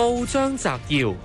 報章摘要：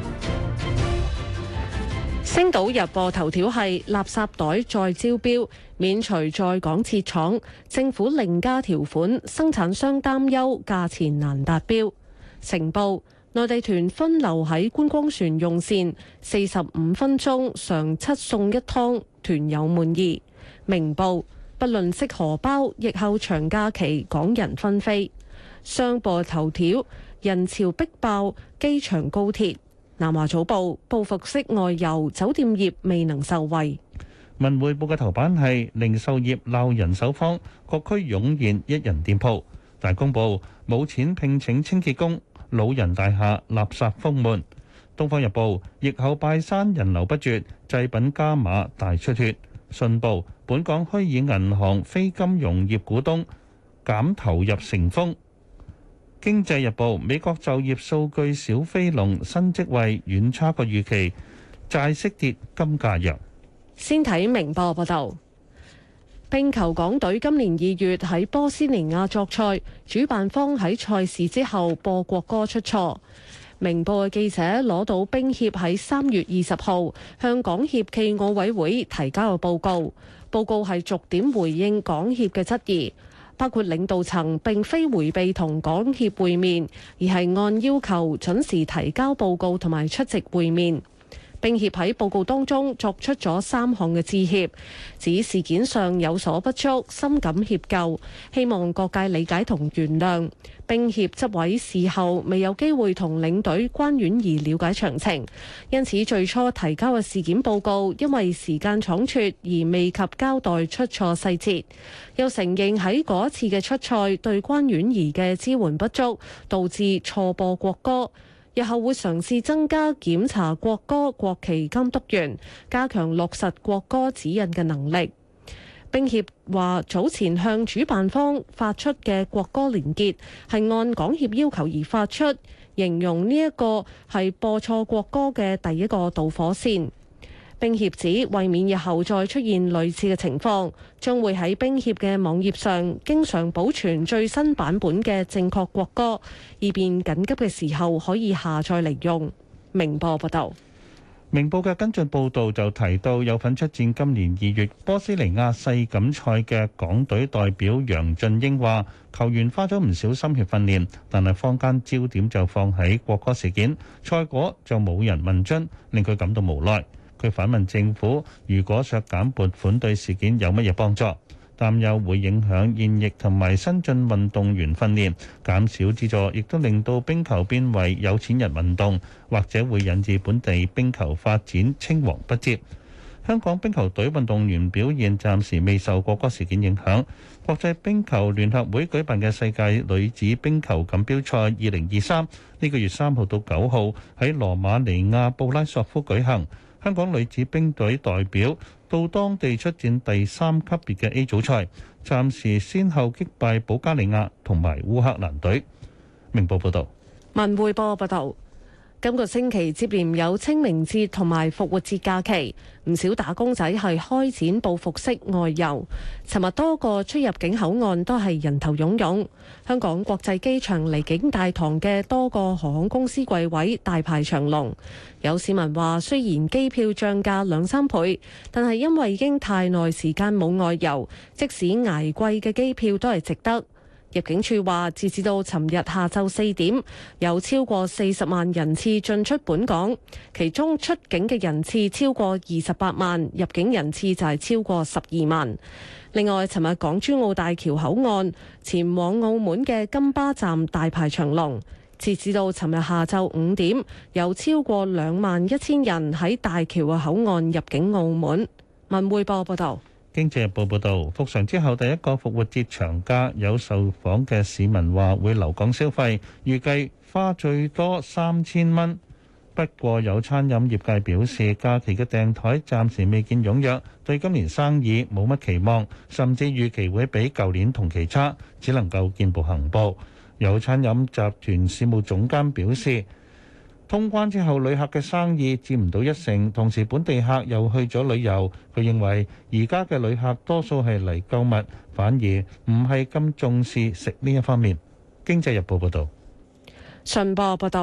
星島日報頭條係垃圾袋再招標，免除在港設廠，政府另加條款，生產商擔憂價錢難達標。成報：內地團分流喺觀光船用膳，45分鐘常7餸1湯，團友滿意。明報：不吝惜荷包，疫後長假期港人紛飛。商報頭條：人潮逼爆機場高鐵。南華早報：報復式外遊，酒店業未能受惠。 文匯報嘅頭版係零售業鬧人手荒，各區湧現一人店鋪。大公報：冇錢聘請清潔工，老人大廈垃圾封門。東方日報：疫後拜山人流不絕，製品加碼大出血。信報：本港虛擬銀行非金融業股東減投入成風。經濟日報：美國就業數據小飛龍，新職位遠差過預期，債息跌，金價弱。 先睇明報報道，冰球港隊今年2月喺波斯尼亞作賽，主辦方喺賽事之後播國歌出錯。明報嘅記者攞到冰協喺3月20號向港協暨奧委會提交嘅報告，報告係逐點回應港協嘅質疑。包括領導層並非迴避同港協會面，而係按要求準時提交報告同埋出席會面。冰協喺報告當中作出咗3項嘅致歉，指事件上有所不足，深感歉疚，希望各界理解同原諒。冰協執委事後未有機會同領隊關婉儀了解詳情，因此最初提交嘅事件報告因為時間倉促而未及交代出錯細節，又承認喺嗰一次嘅出賽對關婉儀嘅支援不足，導致錯播國歌。日後會嘗試增加檢查國歌國旗監督員，加強落實國歌指引嘅能力。冰協話早前向主辦方發出嘅國歌連結係按港協要求而發出，形容呢一個係播錯國歌嘅第一個導火線。冰協指為免日後再出現類似嘅情況，將會喺冰協嘅網頁上經常保存最新版本嘅正確國歌，以便緊急嘅時候可以下載嚟用。明報報道。 明報嘅跟進報導就提到，有份出戰今年2月波斯尼亞世錦賽嘅港隊代表楊俊英話，球員花咗唔少心血訓練，但係坊間焦點就放喺國歌事件，賽果就冇人問津，令佢感到無奈。佢反問政府，如果削減撥款對事件有乜嘢幫助？擔憂會影響現役同埋新進運動員訓練，減少資助，亦都令到冰球變為有錢人運動，或者會引致本地冰球發展青黃不接。香港冰球隊運動員表現暫時未受國歌事件影響。國際冰球聯合會舉辦嘅世界女子冰球錦標賽2023呢個月3號到9號喺羅馬尼亞布拉索夫舉行。香港女子冰隊代表到當地出戰第3級別嘅 A 組賽，暫時先後擊敗保加利亞同埋烏克蘭隊。明報報道。 文匯報報道。今個星期接連有清明節同埋復活節假期，唔少打工仔係開展報復式外遊。尋日多個出入境口岸都係人頭湧湧，香港國際機場離境大堂嘅多個航空公司櫃位大排長龍。有市民話，雖然機票漲價2-3倍，但係因為已經太耐時間冇外遊，即使捱貴嘅機票都係值得。入境處話，截至到尋日下晝4點，有超過40萬人次進出本港，其中出境嘅人次超過28萬，入境人次就係超過12萬。另外，尋日港珠澳大橋口岸前往澳門嘅金巴站大排長龍，截至到尋日下晝5點，有超過21000人喺大橋嘅口岸入境澳門。文匯報報道。 經濟日報報導，復常之後第一個復活節長假，有受訪嘅市民話會留港消費，預計花最多3000蚊。不過有餐飲業界表示，假期嘅訂台暫時未見踴躍，對今年生意冇乜期望，甚至預期會比舊年同期差，只能夠見步行步。有餐飲集團事務總監表示，通關之後，旅客嘅生意佔唔到1成，同時本地客又去咗旅遊。佢認為而家嘅旅客多數係嚟購物，反而唔係咁重視食呢一方面。經濟日報報導。 信報報道，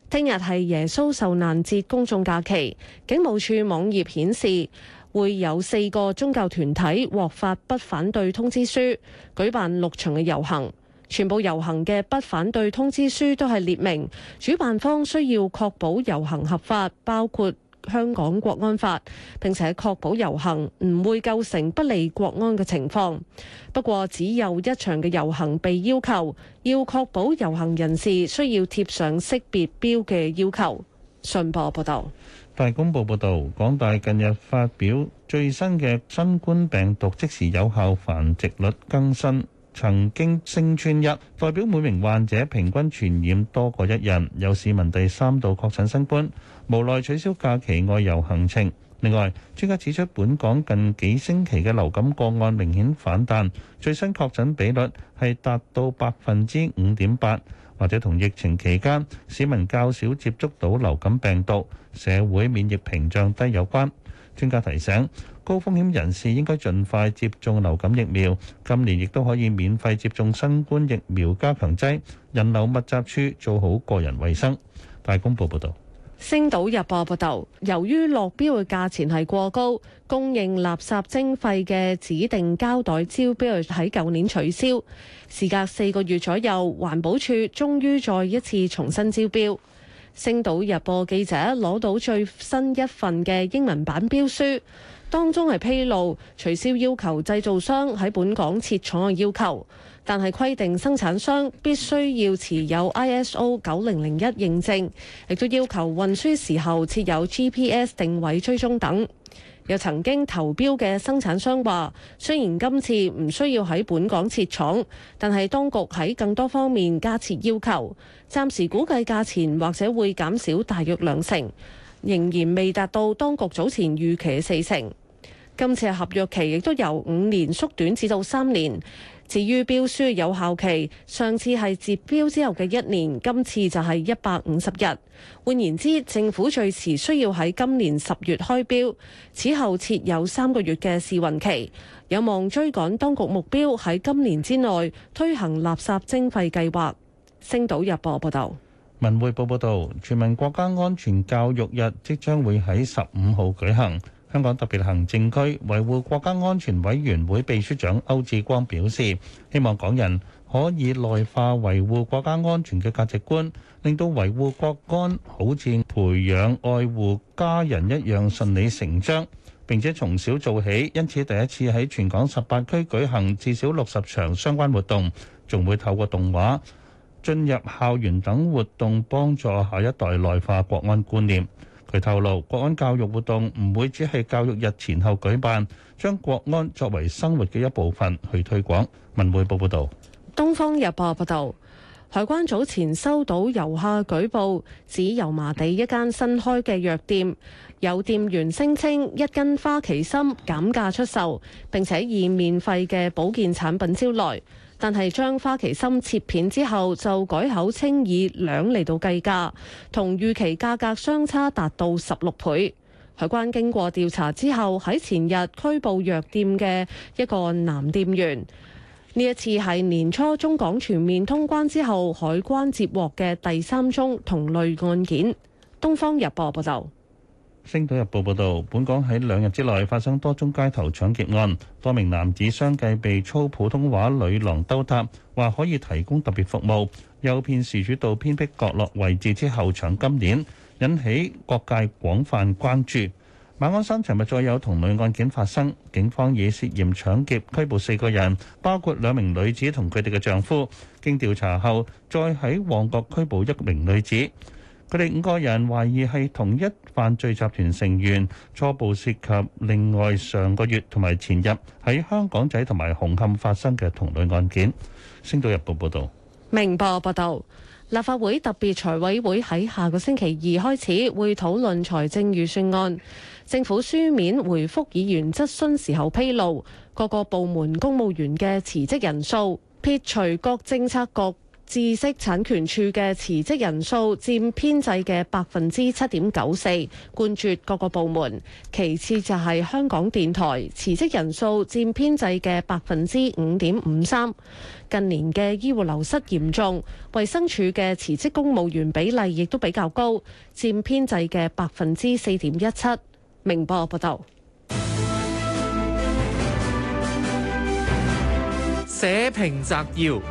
聽日係耶穌受難節公眾假期，警務處網頁顯示會有4個宗教團體獲發不反對通知書，舉辦6場嘅遊行。全部遊行嘅不反對通知書都係列明，主辦方需要確保遊行合法，包括香港國安法，並且確保遊行唔會構成不利國安嘅情況。不過，只有1場嘅遊行被要求要確保遊行人士需要貼上識別標嘅要求。信報報道。 大公報報導，港大近日發表最新嘅新冠病毒即時有效繁殖率更新，曾經升穿1，代表每名患者平均傳染多過1人。有市民第3度確診新冠，無奈取消假期外遊行程。另外，專家指出，本港近幾星期嘅流感個案明顯反彈，最新確診比率係達到5.8%，或者同疫情期間市民較少接觸到流感病毒，社會免疫屏障低有關。專家提醒，高風險人士應該盡快接種流感疫苗，今年亦都可以免費接種新冠疫苗加強劑，人流密集處做好個人衛生。大公報報導。 星島日報報導，由於落標嘅價錢係過高，供應垃圾徵費嘅指定膠袋招標喺舊年取消。時隔4個月左右，環保署終於再一次重新招標。星島日報記者攞到最新一份嘅英文版標書，當中係披露取消要求製造商喺本港設廠嘅要求，但係規定生產商必須要持有 ISO 9001認證，亦都要求運輸時候設有 GPS 定位追蹤等。有曾經投標嘅生產商話，雖然今次唔需要喺本港設廠，但係當局喺更多方面加設要求，暫時估計價錢或者會減少大約2成，仍然未達到當局早前預期嘅4成。今次嘅合約期亦都由5年縮短至到3年。至於標書嘅有效期，上次係截標之後嘅1年，今次就係150日。換言之，政府最遲需要喺今年10月開標，此後設有3個月嘅試運期，有望追趕當局目標喺今年之內推行垃圾徵費計劃。星島日報報道。 文匯報報導，全民國家安全教育日即將會喺15號舉行。香港特別行政區維護國家安全委員會秘書長歐志光表示，希望港人可以內化維護國家安全嘅價值觀，令到維護國安好似培養愛護家人一樣順理成章，並且從小做起。因此第一次喺全港18區舉行至少60場相關活動，仲會透過動畫進入校園等活動，幫助下一代內化國安觀念。佢透露，國安教育活動唔會只係教育日前後舉辦，將國安作為生活嘅一部分去推廣。文匯報報導。 東方日報報導，海關早前收到遊客舉報，指油麻地一間新開嘅藥店，有店員聲稱1斤花旗參減價出售，並且以免費嘅保健產品招來。但係將花旗參切片之後，就改口稱以兩嚟到計價，同預期價格相差達到16倍。海關經過調查之後，喺前日拘捕藥店嘅一個男店員。呢一次係年初中港全面通關之後，海關接獲嘅第3宗同類案件。《東方日報》報道。 《星島日報》報導，本港喺2日之內發生多宗街頭搶劫案，多名男子相繼被操普通話女郎兜搭，話可以提供特別服務，誘騙事主到偏僻角落位置之後搶金鏈，引起各界廣泛關注。馬鞍山尋日再有同類案件發生，警方以涉嫌搶劫拘捕4個人，包括2名女子同佢哋嘅丈夫。經調查後，再喺旺角拘捕1名女子。佢哋5個人懷疑係同一犯罪集團成員，初步涉及另外上個月同埋前日喺香港仔同埋紅磡發生嘅同類案件。星島日報報道。 明報報道，立法會特別財委會喺下個星期2開始會討論財政預算案。政府書面回覆議員質詢時候披露，各個部門公務員嘅辭職人數，撇除各政策局知識產權處嘅辭職人數佔編制嘅7.94%，冠絕各個部門。其次就係香港電台辭職人數佔編制嘅5.53%。近年嘅醫護流失嚴重，衛生署嘅辭職公務員比例亦都比較高，佔編制嘅4.17%。明報報道。 社評摘要。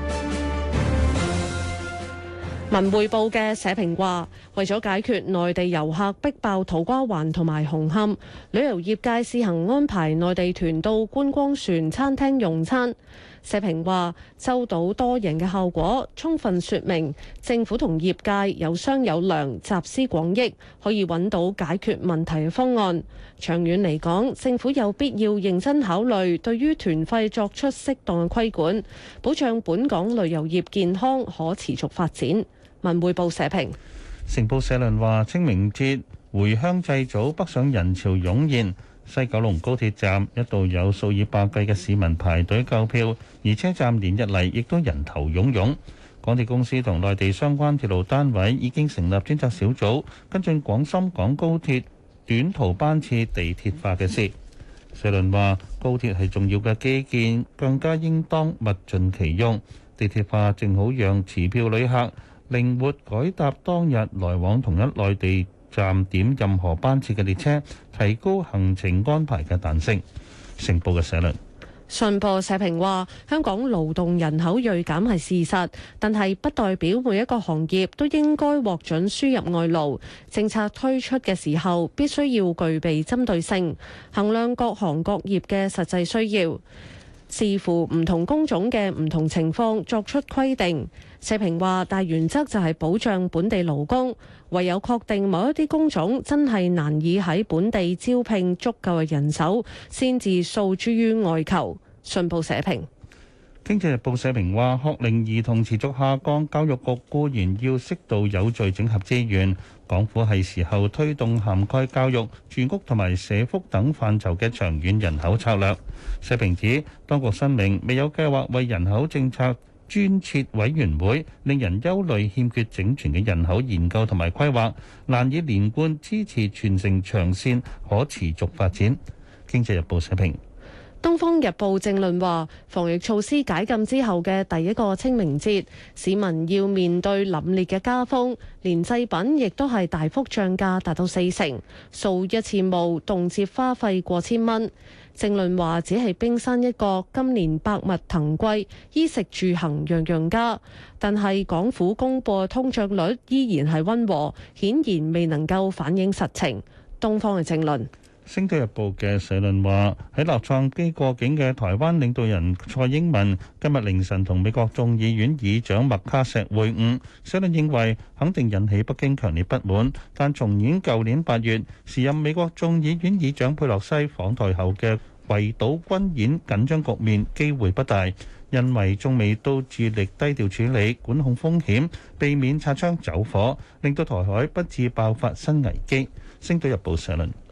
文匯報嘅社評話，為咗解決內地遊客逼爆土瓜灣同埋紅磡，旅遊業界試行安排內地團到觀光船餐廳用餐。社評話，周到多贏嘅效果，充分說明政府同業界有商有量，集思廣益，可以揾到解決問題嘅方案。長遠嚟講，政府有必要認真考慮對於團費作出適當嘅規管，保障本港旅遊業健康可持續發展。文匯報社評。 成報社論話，清明節回鄉祭祖，北上人潮湧現，西九龍高鐵站一度有數以百計嘅市民排隊購票，而車站連日嚟亦都人頭湧湧。港鐵公司同內地相關鐵路單位已經成立專責小組，跟進廣深港高鐵短途班次地鐵化嘅事。社論話，高鐵係重要嘅基建，更加應當物盡其用。地鐵化正好讓持票旅客靈活改搭當日來往同一內地站點任何班次嘅列車，提高行程安排嘅彈性。成報嘅社論。 信報社評話，香港勞動人口銳減係事實，但係不代表每一個行業都應該獲准輸入外勞。政策推出嘅時候，必須要具備針對性，衡量各行各業嘅實際需要，視乎唔同工種嘅唔同情況作出規定。社評話，大原則就係保障本地勞工，唯有確定某一啲工種真係難以喺本地招聘足夠嘅人手，先至訴諸於外求。信報社評。 經濟日報社評話，學齡兒童持續下降，教育局固然要適度有序整合資源，港府係時候推動涵蓋教育、住屋同埋社福等範疇嘅長遠人口策略。社評指，當局申明未有計劃為人口政策專設委員會，令人憂慮欠缺整全嘅人口研究同埋規劃，難以連貫支持全城長線可持續發展。經濟日報社評。 《東方日報》正論話，防疫措施解禁之後嘅第一個清明節，市民要面對凜冽嘅加風，連製品亦都係大幅漲價，達到40%，掃一次墓動輒花費過千蚊。正論話，只係冰山一角，今年百物騰貴，衣食住行樣樣加，但係港府公佈嘅通脹率依然係溫和，顯然未能夠反映實情。東方嘅正論。 《星島日報》嘅社論話，喺洛杉磯過境嘅台灣領導人蔡英文今日凌晨同美國眾議院議長麥卡錫會晤。社論認為肯定引起北京強烈不滿，但重演舊年8月時任美國眾議院議長佩洛西訪台後嘅圍島軍演緊張局面機會不大，因為中美都致力低調處理管控風險，避免擦槍走火，令到台海不致爆發新危機。《星島日報》社論。